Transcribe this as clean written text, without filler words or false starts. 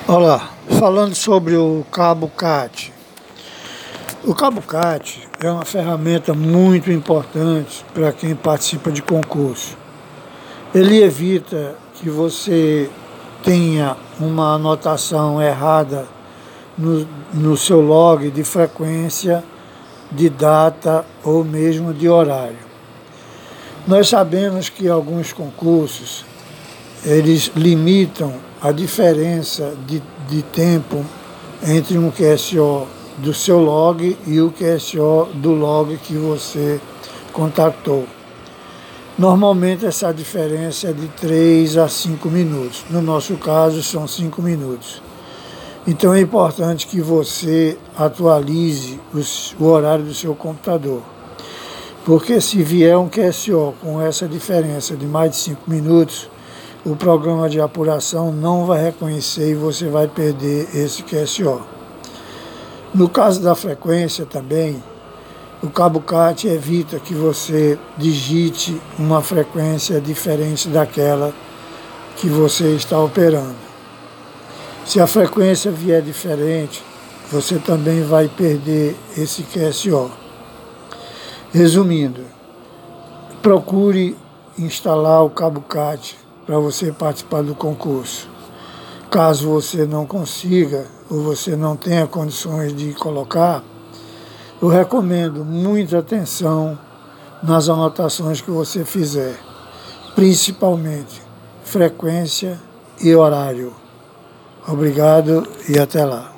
Olá, falando sobre o cabo CAT. O cabo CAT é uma ferramenta muito importante para quem participa de concurso. Ele evita que você tenha uma anotação errada no seu log de frequência, de data ou mesmo de horário. Nós sabemos que alguns concursos eles limitam a diferença de tempo entre um QSO do seu log e o QSO do log que você contactou. Normalmente essa diferença é de 3 a 5 minutos. No nosso caso são 5 minutos. Então é importante que você atualize o horário do seu computador. Porque se vier um QSO com essa diferença de mais de 5 minutos, o programa de apuração não vai reconhecer e você vai perder esse QSO. No caso da frequência também, o cabo CAT evita que você digite uma frequência diferente daquela que você está operando. Se a frequência vier diferente, você também vai perder esse QSO. Resumindo, procure instalar o cabo CAT para você participar do concurso. Caso você não consiga ou você não tenha condições de colocar, eu recomendo muita atenção nas anotações que você fizer, principalmente frequência e horário. Obrigado e até lá.